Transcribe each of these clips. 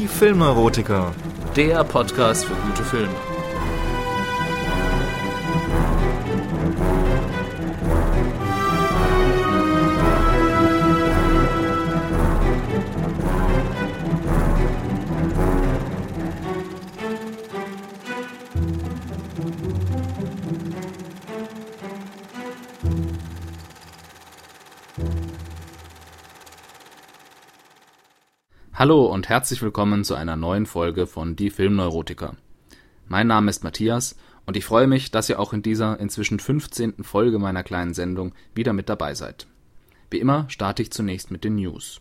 Die Filmerotiker. Der Podcast für gute Filme. Hallo und herzlich willkommen zu einer neuen Folge von Die Filmneurotiker. Mein Name ist Matthias und ich freue mich, dass ihr auch in dieser inzwischen 15. Folge meiner kleinen Sendung wieder mit dabei seid. Wie immer starte ich zunächst mit den News.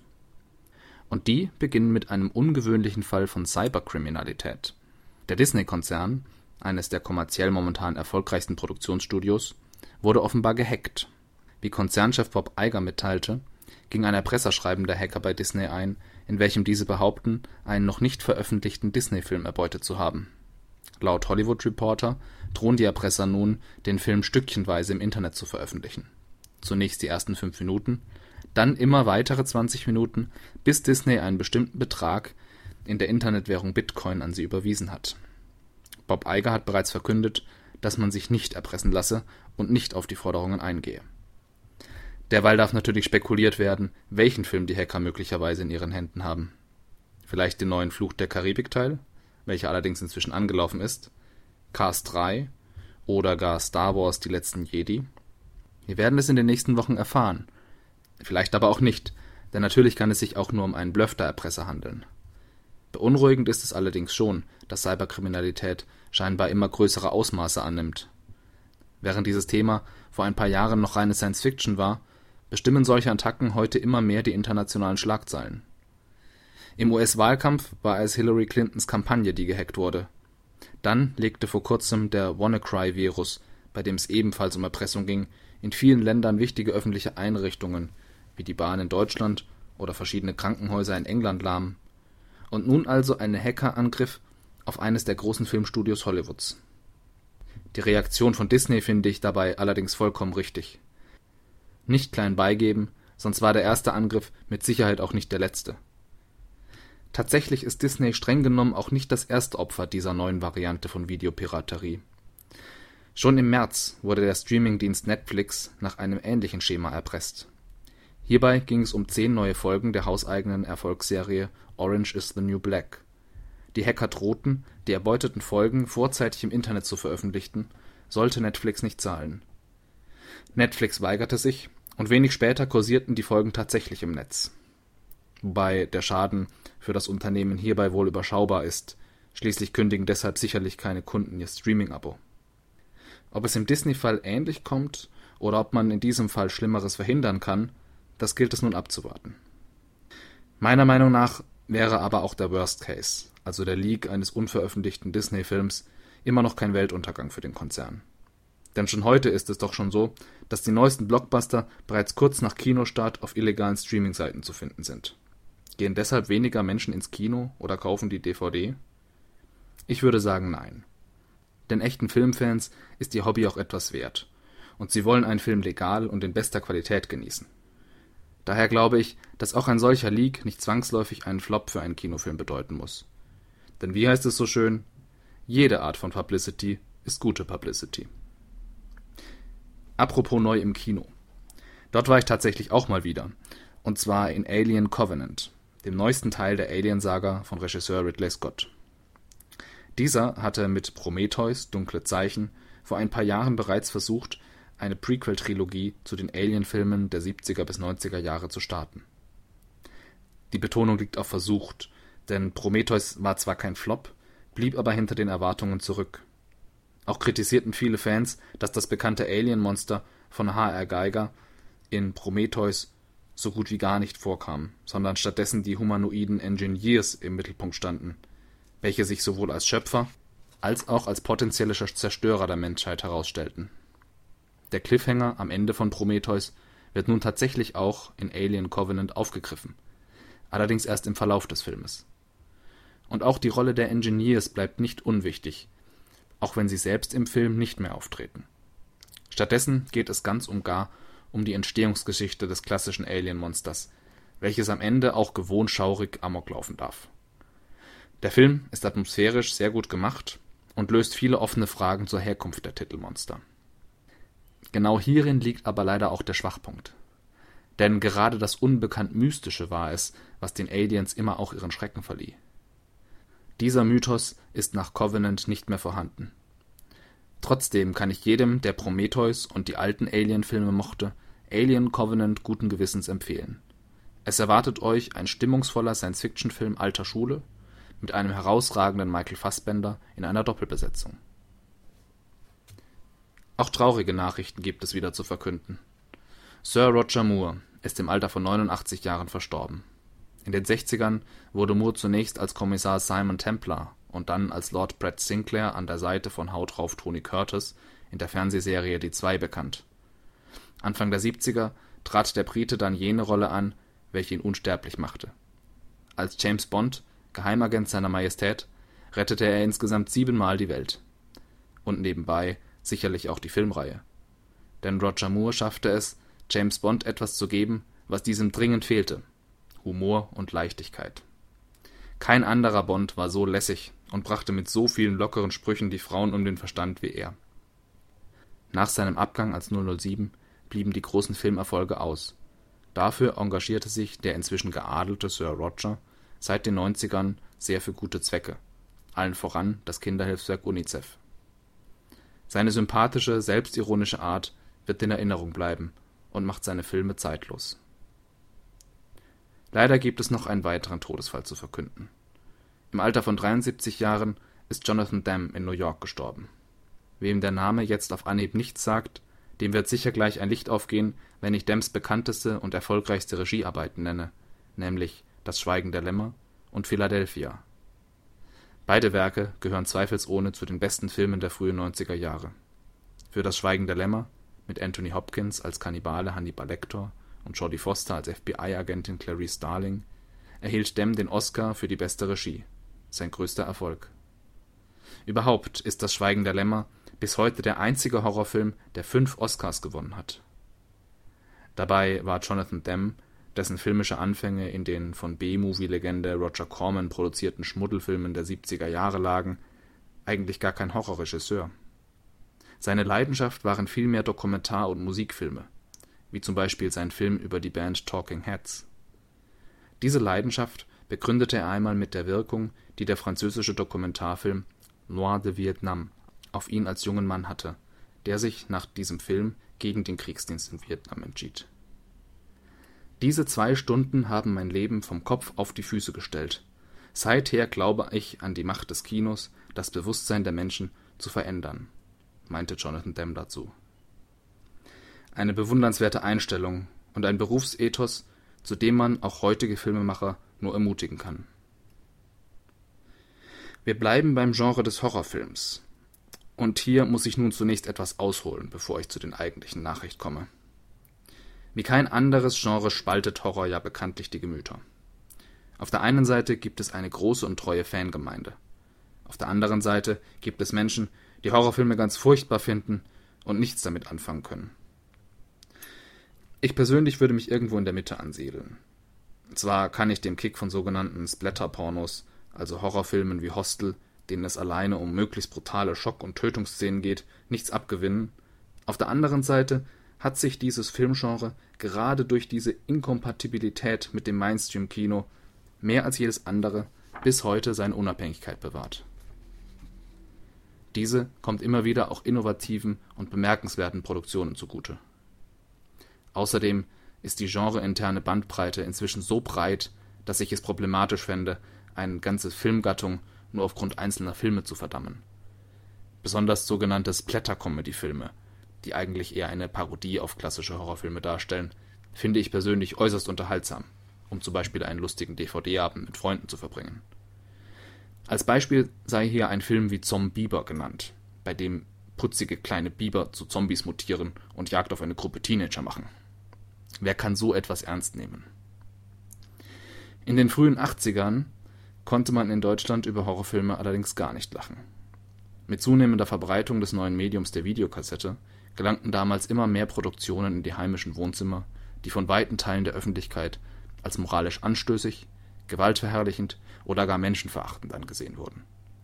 Und die beginnen mit einem ungewöhnlichen Fall von Cyberkriminalität. Der Disney-Konzern, eines der kommerziell momentan erfolgreichsten Produktionsstudios, wurde offenbar gehackt. Wie Konzernchef Bob Iger mitteilte, ging ein Erpresserschreiben der Hacker bei Disney ein, in welchem diese behaupten, einen noch nicht veröffentlichten Disney-Film erbeutet zu haben. Laut Hollywood Reporter drohen die Erpresser nun, den Film stückchenweise im Internet zu veröffentlichen. Zunächst die ersten 5 Minuten, dann immer weitere 20 Minuten, bis Disney einen bestimmten Betrag in der Internetwährung Bitcoin an sie überwiesen hat. Bob Iger hat bereits verkündet, dass man sich nicht erpressen lasse und nicht auf die Forderungen eingehe. Derweil darf natürlich spekuliert werden, welchen Film die Hacker möglicherweise in ihren Händen haben. Vielleicht den neuen Fluch der Karibik-Teil, welcher allerdings inzwischen angelaufen ist, Cars 3 oder gar Star Wars Die letzten Jedi. Wir werden es in den nächsten Wochen erfahren. Vielleicht aber auch nicht, denn natürlich kann es sich auch nur um einen Bluff der Erpresser handeln. Beunruhigend ist es allerdings schon, dass Cyberkriminalität scheinbar immer größere Ausmaße annimmt. Während dieses Thema vor ein paar Jahren noch reine Science-Fiction war, bestimmen solche Attacken heute immer mehr die internationalen Schlagzeilen. Im US-Wahlkampf war es Hillary Clintons Kampagne, die gehackt wurde. Dann legte vor kurzem der WannaCry-Virus, bei dem es ebenfalls um Erpressung ging, in vielen Ländern wichtige öffentliche Einrichtungen, wie die Bahn in Deutschland oder verschiedene Krankenhäuser in England lahm. Und nun also ein Hackerangriff auf eines der großen Filmstudios Hollywoods. Die Reaktion von Disney finde ich dabei allerdings vollkommen richtig. Nicht klein beigeben, sonst war der erste Angriff mit Sicherheit auch nicht der letzte. Tatsächlich ist Disney streng genommen auch nicht das erste Opfer dieser neuen Variante von Videopiraterie. Schon im März wurde der Streamingdienst Netflix nach einem ähnlichen Schema erpresst. Hierbei ging es um 10 neue Folgen der hauseigenen Erfolgsserie Orange is the New Black. Die Hacker drohten, die erbeuteten Folgen vorzeitig im Internet zu veröffentlichen, sollte Netflix nicht zahlen. Netflix weigerte sich und wenig später kursierten die Folgen tatsächlich im Netz. Wobei der Schaden für das Unternehmen hierbei wohl überschaubar ist, schließlich kündigen deshalb sicherlich keine Kunden ihr Streaming-Abo. Ob es im Disney-Fall ähnlich kommt oder ob man in diesem Fall Schlimmeres verhindern kann, das gilt es nun abzuwarten. Meiner Meinung nach wäre aber auch der Worst Case, also der Leak eines unveröffentlichten Disney-Films, immer noch kein Weltuntergang für den Konzern. Denn schon heute ist es doch schon so, dass die neuesten Blockbuster bereits kurz nach Kinostart auf illegalen Streaming-Seiten zu finden sind. Gehen deshalb weniger Menschen ins Kino oder kaufen die DVD? Ich würde sagen nein. Denn echten Filmfans ist ihr Hobby auch etwas wert. Und sie wollen einen Film legal und in bester Qualität genießen. Daher glaube ich, dass auch ein solcher Leak nicht zwangsläufig einen Flop für einen Kinofilm bedeuten muss. Denn wie heißt es so schön? Jede Art von Publicity ist gute Publicity. Apropos neu im Kino. Dort war ich tatsächlich auch mal wieder. Und zwar in Alien Covenant, dem neuesten Teil der Alien-Saga von Regisseur Ridley Scott. Dieser hatte mit Prometheus, Dunkle Zeichen, vor ein paar Jahren bereits versucht, eine Prequel-Trilogie zu den Alien-Filmen der 70er bis 90er Jahre zu starten. Die Betonung liegt auf versucht, denn Prometheus war zwar kein Flop, blieb aber hinter den Erwartungen zurück. Auch kritisierten viele Fans, dass das bekannte Alien-Monster von H.R. Giger in Prometheus so gut wie gar nicht vorkam, sondern stattdessen die humanoiden Engineers im Mittelpunkt standen, welche sich sowohl als Schöpfer als auch als potenzielle Zerstörer der Menschheit herausstellten. Der Cliffhanger am Ende von Prometheus wird nun tatsächlich auch in Alien Covenant aufgegriffen, allerdings erst im Verlauf des Filmes. Und auch die Rolle der Engineers bleibt nicht unwichtig, auch wenn sie selbst im Film nicht mehr auftreten. Stattdessen geht es ganz und gar um die Entstehungsgeschichte des klassischen Alien-Monsters, welches am Ende auch gewohnt schaurig Amok laufen darf. Der Film ist atmosphärisch sehr gut gemacht und löst viele offene Fragen zur Herkunft der Titelmonster. Genau hierin liegt aber leider auch der Schwachpunkt. Denn gerade das Unbekannt-Mystische war es, was den Aliens immer auch ihren Schrecken verlieh. Dieser Mythos ist nach Covenant nicht mehr vorhanden. Trotzdem kann ich jedem, der Prometheus und die alten Alien-Filme mochte, Alien Covenant guten Gewissens empfehlen. Es erwartet euch ein stimmungsvoller Science-Fiction-Film alter Schule mit einem herausragenden Michael Fassbender in einer Doppelbesetzung. Auch traurige Nachrichten gibt es wieder zu verkünden. Sir Roger Moore ist im Alter von 89 Jahren verstorben. In den 60ern wurde Moore zunächst als Kommissar Simon Templar und dann als Lord Brett Sinclair an der Seite von Haut drauf Tony Curtis in der Fernsehserie Die Zwei bekannt. Anfang der 70er trat der Brite dann jene Rolle an, welche ihn unsterblich machte. Als James Bond, Geheimagent seiner Majestät, rettete er insgesamt 7-mal die Welt. Und nebenbei sicherlich auch die Filmreihe. Denn Roger Moore schaffte es, James Bond etwas zu geben, was diesem dringend fehlte: Humor und Leichtigkeit. Kein anderer Bond war so lässig und brachte mit so vielen lockeren Sprüchen die Frauen um den Verstand wie er. Nach seinem Abgang als 007 blieben die großen Filmerfolge aus. Dafür engagierte sich der inzwischen geadelte Sir Roger seit den 90ern sehr für gute Zwecke, allen voran das Kinderhilfswerk UNICEF. Seine sympathische, selbstironische Art wird in Erinnerung bleiben und macht seine Filme zeitlos. Leider gibt es noch einen weiteren Todesfall zu verkünden. Im Alter von 73 Jahren ist Jonathan Demme in New York gestorben. Wem der Name jetzt auf Anhieb nichts sagt, dem wird sicher gleich ein Licht aufgehen, wenn ich Demmes bekannteste und erfolgreichste Regiearbeiten nenne, nämlich Das Schweigen der Lämmer und Philadelphia. Beide Werke gehören zweifelsohne zu den besten Filmen der frühen 90er Jahre. Für Das Schweigen der Lämmer, mit Anthony Hopkins als Kannibale Hannibal Lecter und Jodie Foster als FBI-Agentin Clarice Starling, erhielt Demme den Oscar für die beste Regie, sein größter Erfolg. Überhaupt ist Das Schweigen der Lämmer bis heute der einzige Horrorfilm, der 5 Oscars gewonnen hat. Dabei war Jonathan Demme, dessen filmische Anfänge in den von B-Movie-Legende Roger Corman produzierten Schmuddelfilmen der 70er Jahre lagen, eigentlich gar kein Horrorregisseur. Seine Leidenschaft waren vielmehr Dokumentar- und Musikfilme, wie zum Beispiel sein Film über die Band Talking Heads. Diese Leidenschaft begründete er einmal mit der Wirkung, die der französische Dokumentarfilm Noir de Vietnam auf ihn als jungen Mann hatte, der sich nach diesem Film gegen den Kriegsdienst in Vietnam entschied. Diese 2 Stunden haben mein Leben vom Kopf auf die Füße gestellt. Seither glaube ich an die Macht des Kinos, das Bewusstsein der Menschen zu verändern, meinte Jonathan Demme dazu. Eine bewundernswerte Einstellung und ein Berufsethos, zu dem man auch heutige Filmemacher nur ermutigen kann. Wir bleiben beim Genre des Horrorfilms. Und hier muss ich nun zunächst etwas ausholen, bevor ich zu den eigentlichen Nachrichten komme. Wie kein anderes Genre spaltet Horror ja bekanntlich die Gemüter. Auf der einen Seite gibt es eine große und treue Fangemeinde. Auf der anderen Seite gibt es Menschen, die Horrorfilme ganz furchtbar finden und nichts damit anfangen können. Ich persönlich würde mich irgendwo in der Mitte ansiedeln. Zwar kann ich dem Kick von sogenannten Splatter-Pornos, also Horrorfilmen wie Hostel, denen es alleine um möglichst brutale Schock- und Tötungsszenen geht, nichts abgewinnen. Auf der anderen Seite hat sich dieses Filmgenre gerade durch diese Inkompatibilität mit dem Mainstream-Kino mehr als jedes andere bis heute seine Unabhängigkeit bewahrt. Diese kommt immer wieder auch innovativen und bemerkenswerten Produktionen zugute. Außerdem ist die genreinterne Bandbreite inzwischen so breit, dass ich es problematisch fände, eine ganze Filmgattung nur aufgrund einzelner Filme zu verdammen. Besonders sogenannte Splatter-Comedy-Filme, die eigentlich eher eine Parodie auf klassische Horrorfilme darstellen, finde ich persönlich äußerst unterhaltsam, um zum Beispiel einen lustigen DVD-Abend mit Freunden zu verbringen. Als Beispiel sei hier ein Film wie Zombieber genannt, bei dem putzige kleine Biber zu Zombies mutieren und Jagd auf eine Gruppe Teenager machen. Wer kann so etwas ernst nehmen? In den frühen 80ern konnte man in Deutschland über Horrorfilme allerdings gar nicht lachen. Mit zunehmender Verbreitung des neuen Mediums der Videokassette gelangten damals immer mehr Produktionen in die heimischen Wohnzimmer, die von weiten Teilen der Öffentlichkeit als moralisch anstößig, gewaltverherrlichend oder gar menschenverachtend angesehen wurden.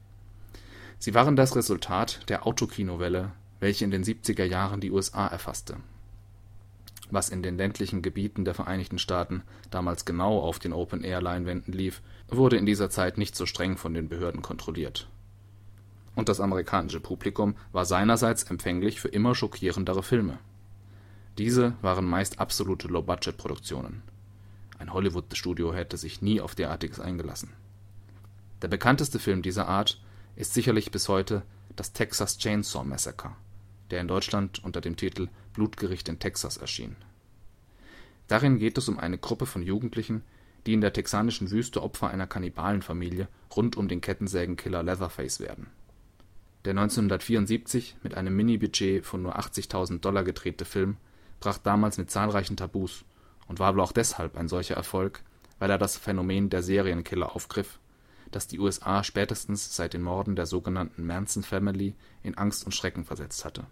Sie waren das Resultat der Autokinowelle, welche in den 70er Jahren die USA erfasste. Was in den ländlichen Gebieten der Vereinigten Staaten damals genau auf den Open-Air-Leinwänden lief, wurde in dieser Zeit nicht so streng von den Behörden kontrolliert. Und das amerikanische Publikum war seinerseits empfänglich für immer schockierendere Filme. Diese waren meist absolute Low-Budget-Produktionen. Ein Hollywood-Studio hätte sich nie auf derartiges eingelassen. Der bekannteste Film dieser Art ist sicherlich bis heute das Texas Chainsaw Massacre, der in Deutschland unter dem Titel Blutgericht in Texas erschien. Darin geht es um eine Gruppe von Jugendlichen, die in der texanischen Wüste Opfer einer Kannibalenfamilie rund um den Kettensägenkiller Leatherface werden. Der 1974 mit einem Mini-Budget von nur $80.000 gedrehte Film brach damals mit zahlreichen Tabus und war wohl auch deshalb ein solcher Erfolg, weil er das Phänomen der Serienkiller aufgriff, das die USA spätestens seit den Morden der sogenannten Manson Family in Angst und Schrecken versetzt hatte.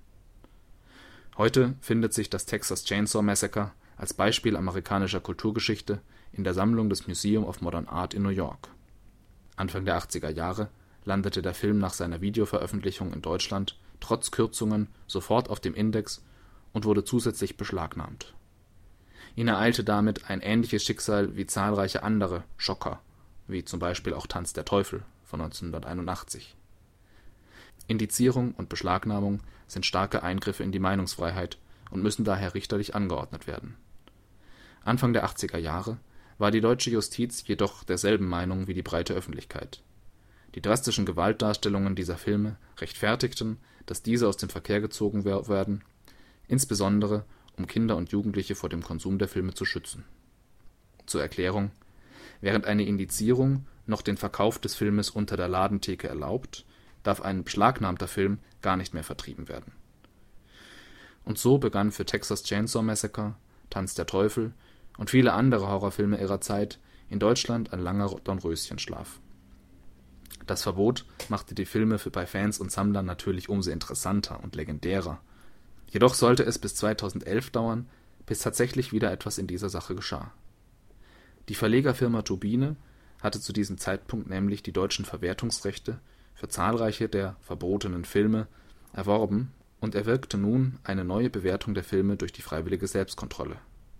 Heute findet sich das Texas Chainsaw Massacre als Beispiel amerikanischer Kulturgeschichte in der Sammlung des Museum of Modern Art in New York. Anfang der 80er Jahre landete der Film nach seiner Videoveröffentlichung in Deutschland trotz Kürzungen sofort auf dem Index und wurde zusätzlich beschlagnahmt. Ihn ereilte damit ein ähnliches Schicksal wie zahlreiche andere Schocker, wie zum Beispiel auch Tanz der Teufel von 1981. Indizierung und Beschlagnahmung sind starke Eingriffe in die Meinungsfreiheit und müssen daher richterlich angeordnet werden. Anfang der 80er Jahre war die deutsche Justiz jedoch derselben Meinung wie die breite Öffentlichkeit. Die drastischen Gewaltdarstellungen dieser Filme rechtfertigten, dass diese aus dem Verkehr gezogen werden, insbesondere um Kinder und Jugendliche vor dem Konsum der Filme zu schützen. Zur Erklärung: Während eine Indizierung noch den Verkauf des Filmes unter der Ladentheke erlaubt, darf ein beschlagnahmter Film gar nicht mehr vertrieben werden. Und so begann für Texas Chainsaw Massacre, Tanz der Teufel und viele andere Horrorfilme ihrer Zeit in Deutschland ein langer Dornröschenschlaf. Das Verbot machte die Filme bei Fans und Sammlern natürlich umso interessanter und legendärer. Jedoch sollte es bis 2011 dauern, bis tatsächlich wieder etwas in dieser Sache geschah. Die Verlegerfirma Turbine hatte zu diesem Zeitpunkt nämlich die deutschen Verwertungsrechte für zahlreiche der verbotenen Filme erworben und erwirkte nun eine neue Bewertung der Filme durch die freiwillige Selbstkontrolle.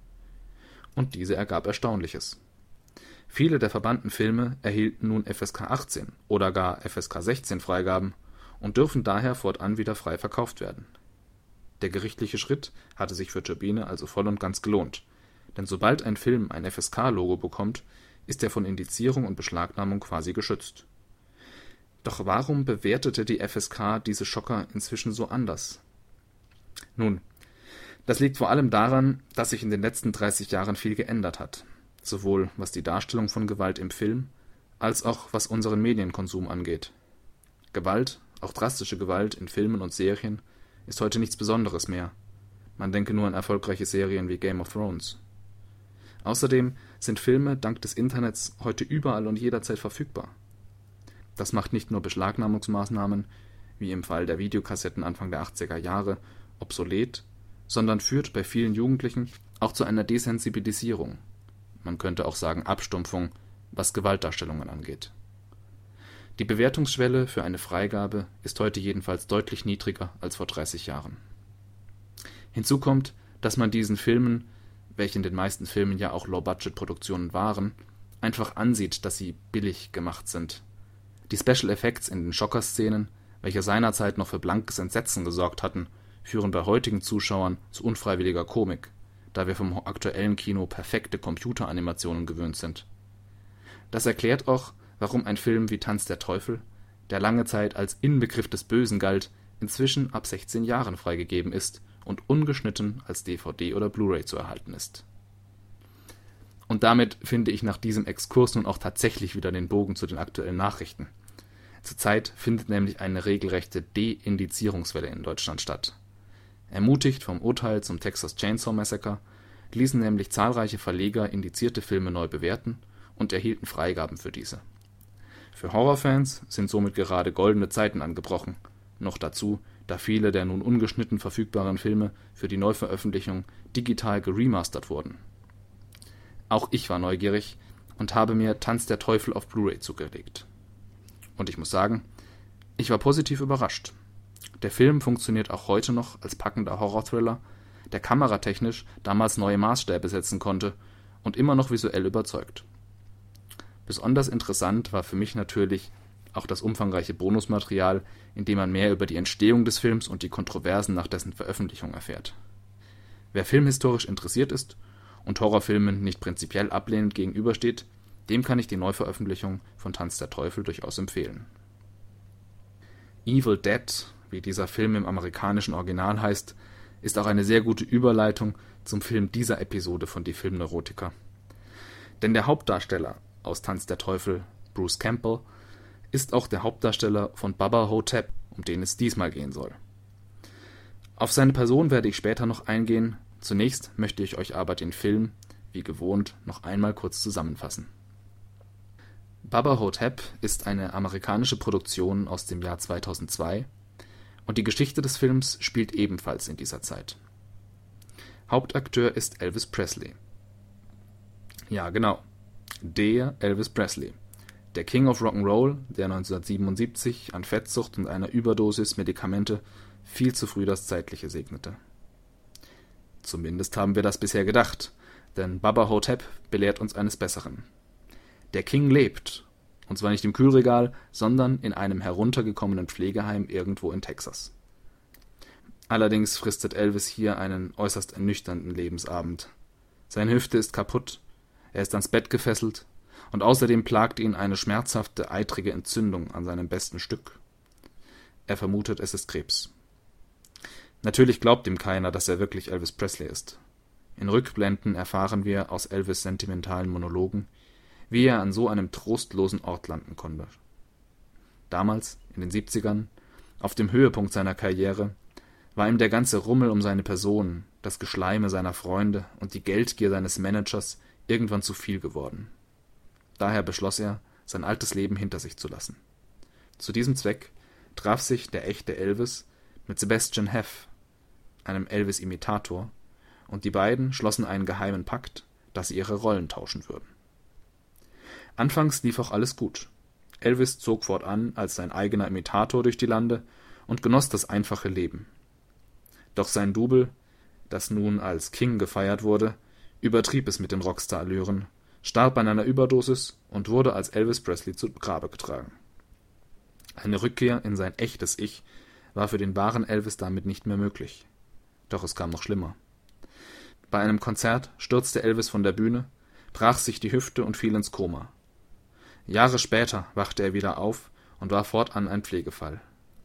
Und diese ergab Erstaunliches: Viele der verbannten Filme erhielten nun FSK 18 oder gar FSK 16 Freigaben und dürfen daher fortan wieder frei verkauft werden. Der gerichtliche Schritt hatte sich für Turbine also voll und ganz gelohnt, denn sobald ein Film ein FSK-Logo bekommt, ist er von Indizierung und Beschlagnahmung quasi geschützt. Doch warum bewertete die FSK diese Schocker inzwischen so anders? Nun, das liegt vor allem daran, dass sich in den letzten 30 Jahren viel geändert hat, sowohl was die Darstellung von Gewalt im Film, als auch was unseren Medienkonsum angeht. Gewalt, auch drastische Gewalt in Filmen und Serien, ist heute nichts Besonderes mehr. Man denke nur an erfolgreiche Serien wie Game of Thrones. Außerdem sind Filme dank des Internets heute überall und jederzeit verfügbar. Das macht nicht nur Beschlagnahmungsmaßnahmen, wie im Fall der Videokassetten Anfang der 80er Jahre, obsolet, sondern führt bei vielen Jugendlichen auch zu einer Desensibilisierung. Man könnte auch sagen Abstumpfung, was Gewaltdarstellungen angeht. Die Bewertungsschwelle für eine Freigabe ist heute jedenfalls deutlich niedriger als vor 30 Jahren. Hinzu kommt, dass man diesen Filmen, welche in den meisten Filmen ja auch Low-Budget-Produktionen waren, einfach ansieht, dass sie billig gemacht sind. Die Special Effects in den Schocker-Szenen, welche seinerzeit noch für blankes Entsetzen gesorgt hatten, führen bei heutigen Zuschauern zu unfreiwilliger Komik, da wir vom aktuellen Kino perfekte Computeranimationen gewöhnt sind. Das erklärt auch, warum ein Film wie Tanz der Teufel, der lange Zeit als Inbegriff des Bösen galt, inzwischen ab 16 Jahren freigegeben ist und ungeschnitten als DVD oder Blu-ray zu erhalten ist. Und damit finde ich nach diesem Exkurs nun auch tatsächlich wieder den Bogen zu den aktuellen Nachrichten. Zurzeit findet nämlich eine regelrechte De-Indizierungswelle in Deutschland statt. Ermutigt vom Urteil zum Texas Chainsaw Massacre ließen nämlich zahlreiche Verleger indizierte Filme neu bewerten und erhielten Freigaben für diese. Für Horrorfans sind somit gerade goldene Zeiten angebrochen, noch dazu, da viele der nun ungeschnitten verfügbaren Filme für die Neuveröffentlichung digital geremastert wurden. Auch ich war neugierig, und habe mir Tanz der Teufel auf Blu-ray zugelegt. Und ich muss sagen, ich war positiv überrascht. Der Film funktioniert auch heute noch als packender Horror-Thriller, der kameratechnisch damals neue Maßstäbe setzen konnte und immer noch visuell überzeugt. Besonders interessant war für mich natürlich auch das umfangreiche Bonusmaterial, in dem man mehr über die Entstehung des Films und die Kontroversen nach dessen Veröffentlichung erfährt. Wer filmhistorisch interessiert ist und Horrorfilmen nicht prinzipiell ablehnend gegenübersteht, dem kann ich die Neuveröffentlichung von Tanz der Teufel durchaus empfehlen. Evil Dead, wie dieser Film im amerikanischen Original heißt, ist auch eine sehr gute Überleitung zum Film dieser Episode von Die Filmneurotiker. Denn der Hauptdarsteller aus Tanz der Teufel, Bruce Campbell, ist auch der Hauptdarsteller von Bubba Ho-Tep, um den es diesmal gehen soll. Auf seine Person werde ich später noch eingehen, zunächst möchte ich euch aber den Film, wie gewohnt, noch einmal kurz zusammenfassen. Bubba Ho-Tep ist eine amerikanische Produktion aus dem Jahr 2002 und die Geschichte des Films spielt ebenfalls in dieser Zeit. Hauptakteur ist Elvis Presley. Ja, genau, der Elvis Presley. Der King of Rock'n'Roll, der 1977 an Fettsucht und einer Überdosis Medikamente viel zu früh das Zeitliche segnete. Zumindest haben wir das bisher gedacht, denn Bubba Ho-Tep belehrt uns eines Besseren. Der King lebt, und zwar nicht im Kühlregal, sondern in einem heruntergekommenen Pflegeheim irgendwo in Texas. Allerdings fristet Elvis hier einen äußerst ernüchternden Lebensabend. Seine Hüfte ist kaputt, er ist ans Bett gefesselt, und außerdem plagt ihn eine schmerzhafte, eitrige Entzündung an seinem besten Stück. Er vermutet, es ist Krebs. Natürlich glaubt ihm keiner, dass er wirklich Elvis Presley ist. In Rückblenden erfahren wir aus Elvis' sentimentalen Monologen, wie er an so einem trostlosen Ort landen konnte. Damals, in den 70ern, auf dem Höhepunkt seiner Karriere, war ihm der ganze Rummel um seine Person, das Geschleime seiner Freunde und die Geldgier seines Managers irgendwann zu viel geworden. Daher beschloss er, sein altes Leben hinter sich zu lassen. Zu diesem Zweck traf sich der echte Elvis mit Sebastian Heff, einem Elvis-Imitator, und die beiden schlossen einen geheimen Pakt, dass sie ihre Rollen tauschen würden. Anfangs lief auch alles gut. Elvis zog fortan als sein eigener Imitator durch die Lande und genoss das einfache Leben. Doch sein Double, das nun als King gefeiert wurde, übertrieb es mit den Rockstar-Allüren, starb an einer Überdosis und wurde als Elvis Presley zu Grabe getragen. Eine Rückkehr in sein echtes Ich war für den wahren Elvis damit nicht mehr möglich. Doch es kam noch schlimmer. Bei einem Konzert stürzte Elvis von der Bühne, brach sich die Hüfte und fiel ins Koma. Jahre später wachte er wieder auf und war fortan ein Pflegefall.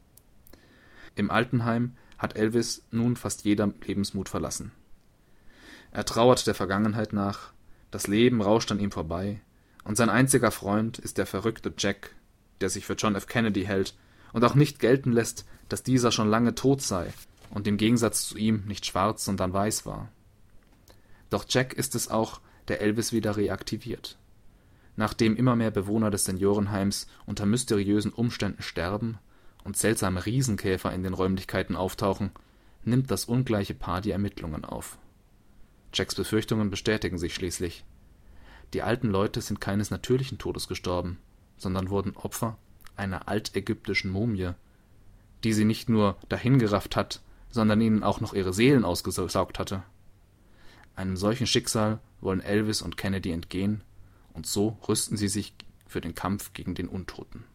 Im Altenheim hat Elvis nun fast jeder Lebensmut verlassen. Er trauert der Vergangenheit nach, das Leben rauscht an ihm vorbei, und sein einziger Freund ist der verrückte Jack, der sich für John F. Kennedy hält und auch nicht gelten lässt, dass dieser schon lange tot sei und im Gegensatz zu ihm nicht schwarz, sondern weiß war. Doch Jack ist es auch, der Elvis wieder reaktiviert. Nachdem immer mehr Bewohner des Seniorenheims unter mysteriösen Umständen sterben und seltsame Riesenkäfer in den Räumlichkeiten auftauchen, nimmt das ungleiche Paar die Ermittlungen auf. Jacks Befürchtungen bestätigen sich schließlich. Die alten Leute sind keines natürlichen Todes gestorben, sondern wurden Opfer einer altägyptischen Mumie, die sie nicht nur dahingerafft hat, sondern ihnen auch noch ihre Seelen ausgesaugt hatte. Einem solchen Schicksal wollen Elvis und Kennedy entgehen, und so rüsten sie sich für den Kampf gegen den Untoten.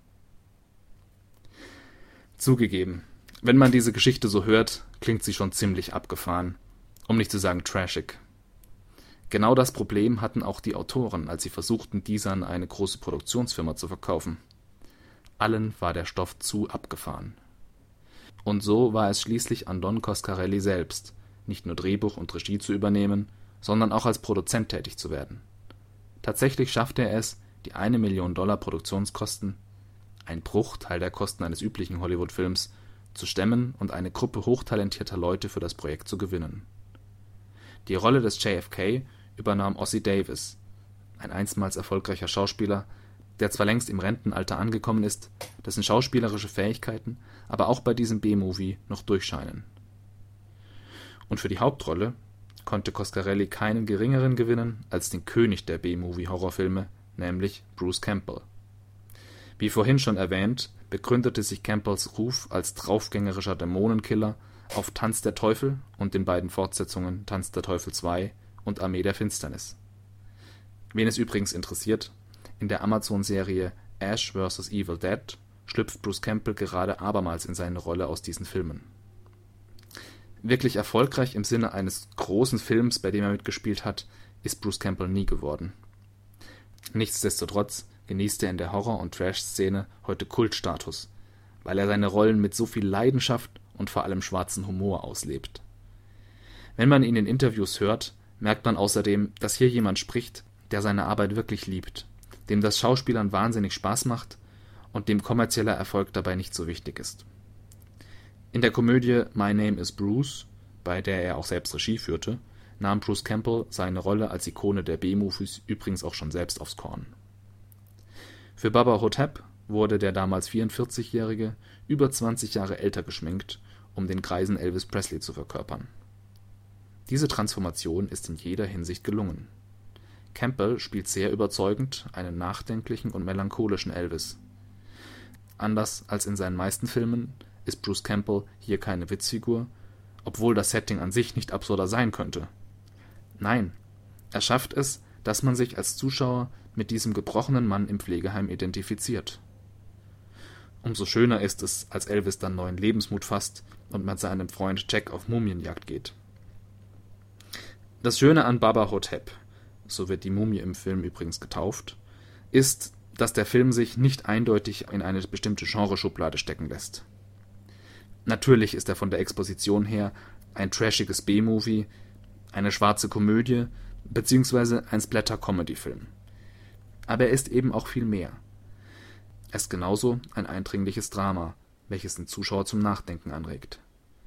Zugegeben, wenn man diese Geschichte so hört, klingt sie schon ziemlich abgefahren, um nicht zu sagen trashig. Genau das Problem hatten auch die Autoren, als sie versuchten, diese an eine große Produktionsfirma zu verkaufen. Allen war der Stoff zu abgefahren. Und so war es schließlich an Don Coscarelli selbst, nicht nur Drehbuch und Regie zu übernehmen, sondern auch als Produzent tätig zu werden. Tatsächlich schaffte er es, die $1 Million Produktionskosten, ein Bruchteil der Kosten eines üblichen Hollywood-Films, zu stemmen und eine Gruppe hochtalentierter Leute für das Projekt zu gewinnen. Die Rolle des JFK übernahm Ossie Davis, ein einstmals erfolgreicher Schauspieler, der zwar längst im Rentenalter angekommen ist, dessen schauspielerische Fähigkeiten aber auch bei diesem B-Movie noch durchscheinen. Und für die Hauptrolle konnte Coscarelli keinen geringeren gewinnen als den König der B-Movie-Horrorfilme, nämlich Bruce Campbell. Wie vorhin schon erwähnt, begründete sich Campbells Ruf als draufgängerischer Dämonenkiller auf Tanz der Teufel und den beiden Fortsetzungen Tanz der Teufel 2 und Armee der Finsternis. Wen es übrigens interessiert, in der Amazon-Serie Ash vs. Evil Dead schlüpft Bruce Campbell gerade abermals in seine Rolle aus diesen Filmen. Wirklich erfolgreich im Sinne eines großen Films, bei dem er mitgespielt hat, ist Bruce Campbell nie geworden. Nichtsdestotrotz genießt er in der Horror- und Trash-Szene heute Kultstatus, weil er seine Rollen mit so viel Leidenschaft und vor allem schwarzen Humor auslebt. Wenn man ihn in Interviews hört, merkt man außerdem, dass hier jemand spricht, der seine Arbeit wirklich liebt, dem das Schauspielern wahnsinnig Spaß macht und dem kommerzieller Erfolg dabei nicht so wichtig ist. In der Komödie My Name is Bruce, bei der er auch selbst Regie führte, nahm Bruce Campbell seine Rolle als Ikone der B-Movies übrigens auch schon selbst aufs Korn. Für Baba Ho-Tep wurde der damals 44-Jährige über 20 Jahre älter geschminkt, um den greisen Elvis Presley zu verkörpern. Diese Transformation ist in jeder Hinsicht gelungen. Campbell spielt sehr überzeugend einen nachdenklichen und melancholischen Elvis. Anders als in seinen meisten Filmen ist Bruce Campbell hier keine Witzfigur, obwohl das Setting an sich nicht absurder sein könnte. Nein, er schafft es, dass man sich als Zuschauer mit diesem gebrochenen Mann im Pflegeheim identifiziert. Umso schöner ist es, als Elvis dann neuen Lebensmut fasst und mit seinem Freund Jack auf Mumienjagd geht. Das Schöne an Baba Ho-Tep, so wird die Mumie im Film übrigens getauft, ist, dass der Film sich nicht eindeutig in eine bestimmte Genreschublade stecken lässt. Natürlich ist er von der Exposition her ein trashiges B-Movie, eine schwarze Komödie bzw. ein Splatter-Comedy-Film. Aber er ist eben auch viel mehr. Er ist genauso ein eindringliches Drama, welches den Zuschauer zum Nachdenken anregt.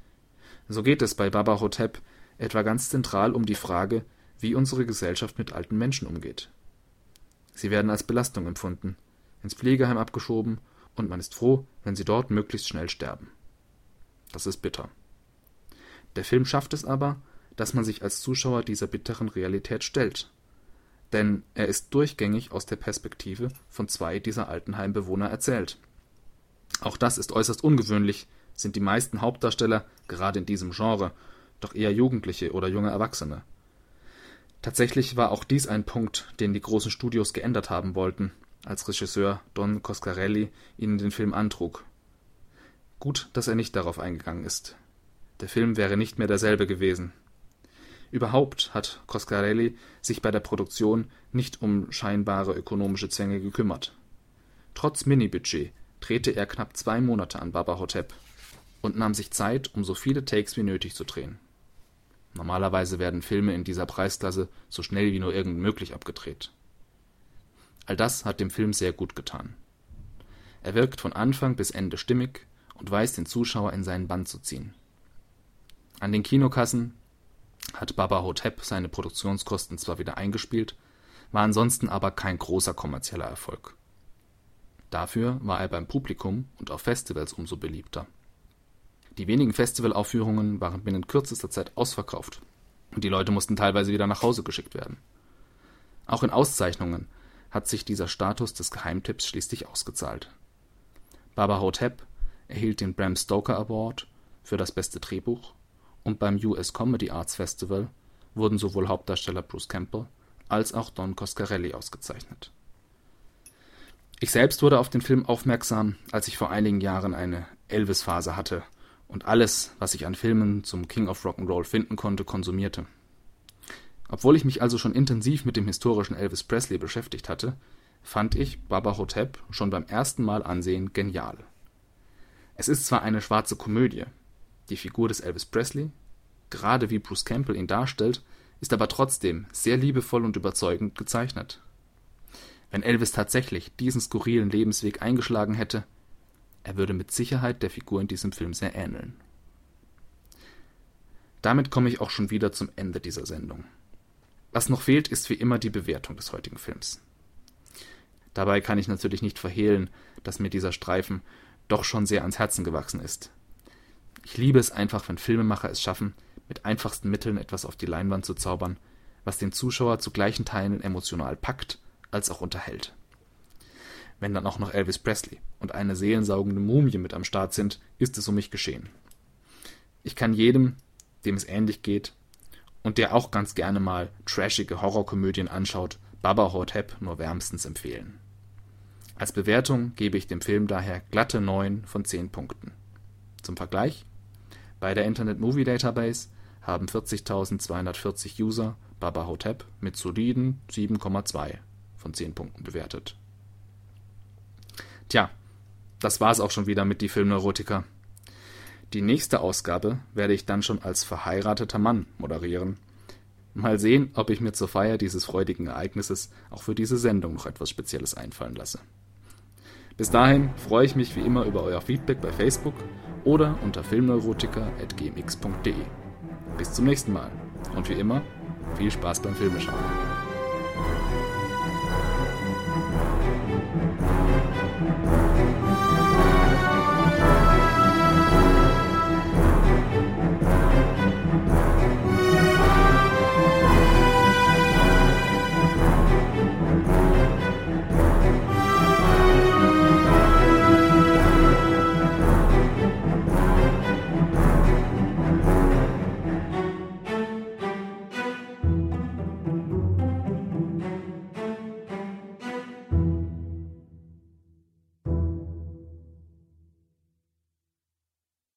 So geht es bei Baba Ho-Tep etwa ganz zentral um die Frage, wie unsere Gesellschaft mit alten Menschen umgeht. Sie werden als Belastung empfunden, ins Pflegeheim abgeschoben und man ist froh, wenn sie dort möglichst schnell sterben. Das ist bitter. Der Film schafft es aber, dass man sich als Zuschauer dieser bitteren Realität stellt. Denn er ist durchgängig aus der Perspektive von zwei dieser Altenheimbewohner erzählt. Auch das ist äußerst ungewöhnlich, sind die meisten Hauptdarsteller, gerade in diesem Genre, doch eher Jugendliche oder junge Erwachsene. Tatsächlich war auch dies ein Punkt, den die großen Studios geändert haben wollten, als Regisseur Don Coscarelli ihnen den Film antrug. Gut, dass er nicht darauf eingegangen ist. Der Film wäre nicht mehr derselbe gewesen. Überhaupt hat Coscarelli sich bei der Produktion nicht um scheinbare ökonomische Zwänge gekümmert. Trotz Mini-Budget drehte er knapp 2 Monate an Baba Ho-Tep und nahm sich Zeit, um so viele Takes wie nötig zu drehen. Normalerweise werden Filme in dieser Preisklasse so schnell wie nur irgend möglich abgedreht. All das hat dem Film sehr gut getan. Er wirkt von Anfang bis Ende stimmig und weiß den Zuschauer in seinen Bann zu ziehen. An den Kinokassen hat Baba Ho-Tep seine Produktionskosten zwar wieder eingespielt, war ansonsten aber kein großer kommerzieller Erfolg. Dafür war er beim Publikum und auf Festivals umso beliebter. Die wenigen Festivalaufführungen waren binnen kürzester Zeit ausverkauft und die Leute mussten teilweise wieder nach Hause geschickt werden. Auch in Auszeichnungen hat sich dieser Status des Geheimtipps schließlich ausgezahlt. Baba Ho-Tep erhielt den Bram Stoker Award für das beste Drehbuch und beim US Comedy Arts Festival wurden sowohl Hauptdarsteller Bruce Campbell als auch Don Coscarelli ausgezeichnet. Ich selbst wurde auf den Film aufmerksam, als ich vor einigen Jahren eine Elvis-Phase hatte und alles, was ich an Filmen zum King of Rock'n'Roll finden konnte, konsumierte. Obwohl ich mich also schon intensiv mit dem historischen Elvis Presley beschäftigt hatte, fand ich Baba Ho-Tep schon beim ersten Mal ansehen genial. Es ist zwar eine schwarze Komödie, die Figur des Elvis Presley, gerade wie Bruce Campbell ihn darstellt, ist aber trotzdem sehr liebevoll und überzeugend gezeichnet. Wenn Elvis tatsächlich diesen skurrilen Lebensweg eingeschlagen hätte, er würde mit Sicherheit der Figur in diesem Film sehr ähneln. Damit komme ich auch schon wieder zum Ende dieser Sendung. Was noch fehlt, ist wie immer die Bewertung des heutigen Films. Dabei kann ich natürlich nicht verhehlen, dass mir dieser Streifen doch schon sehr ans Herzen gewachsen ist. Ich liebe es einfach, wenn Filmemacher es schaffen, mit einfachsten Mitteln etwas auf die Leinwand zu zaubern, was den Zuschauer zu gleichen Teilen emotional packt, als auch unterhält. Wenn dann auch noch Elvis Presley und eine seelensaugende Mumie mit am Start sind, ist es um mich geschehen. Ich kann jedem, dem es ähnlich geht und der auch ganz gerne mal trashige Horrorkomödien anschaut, Baba Ho-Tep nur wärmstens empfehlen. Als Bewertung gebe ich dem Film daher glatte 9 von 10 Punkten. Zum Vergleich: Bei der Internet Movie Database haben 40.240 User Baba Ho-Tep mit soliden 7,2 von 10 Punkten bewertet. Tja, das war's auch schon wieder mit Die Filmneurotiker. Die nächste Ausgabe werde ich dann schon als verheirateter Mann moderieren. Mal sehen, ob ich mir zur Feier dieses freudigen Ereignisses auch für diese Sendung noch etwas Spezielles einfallen lasse. Bis dahin freue ich mich wie immer über euer Feedback bei Facebook oder unter filmneurotiker@gmx.de. Bis zum nächsten Mal und wie immer, viel Spaß beim Filmeschauen.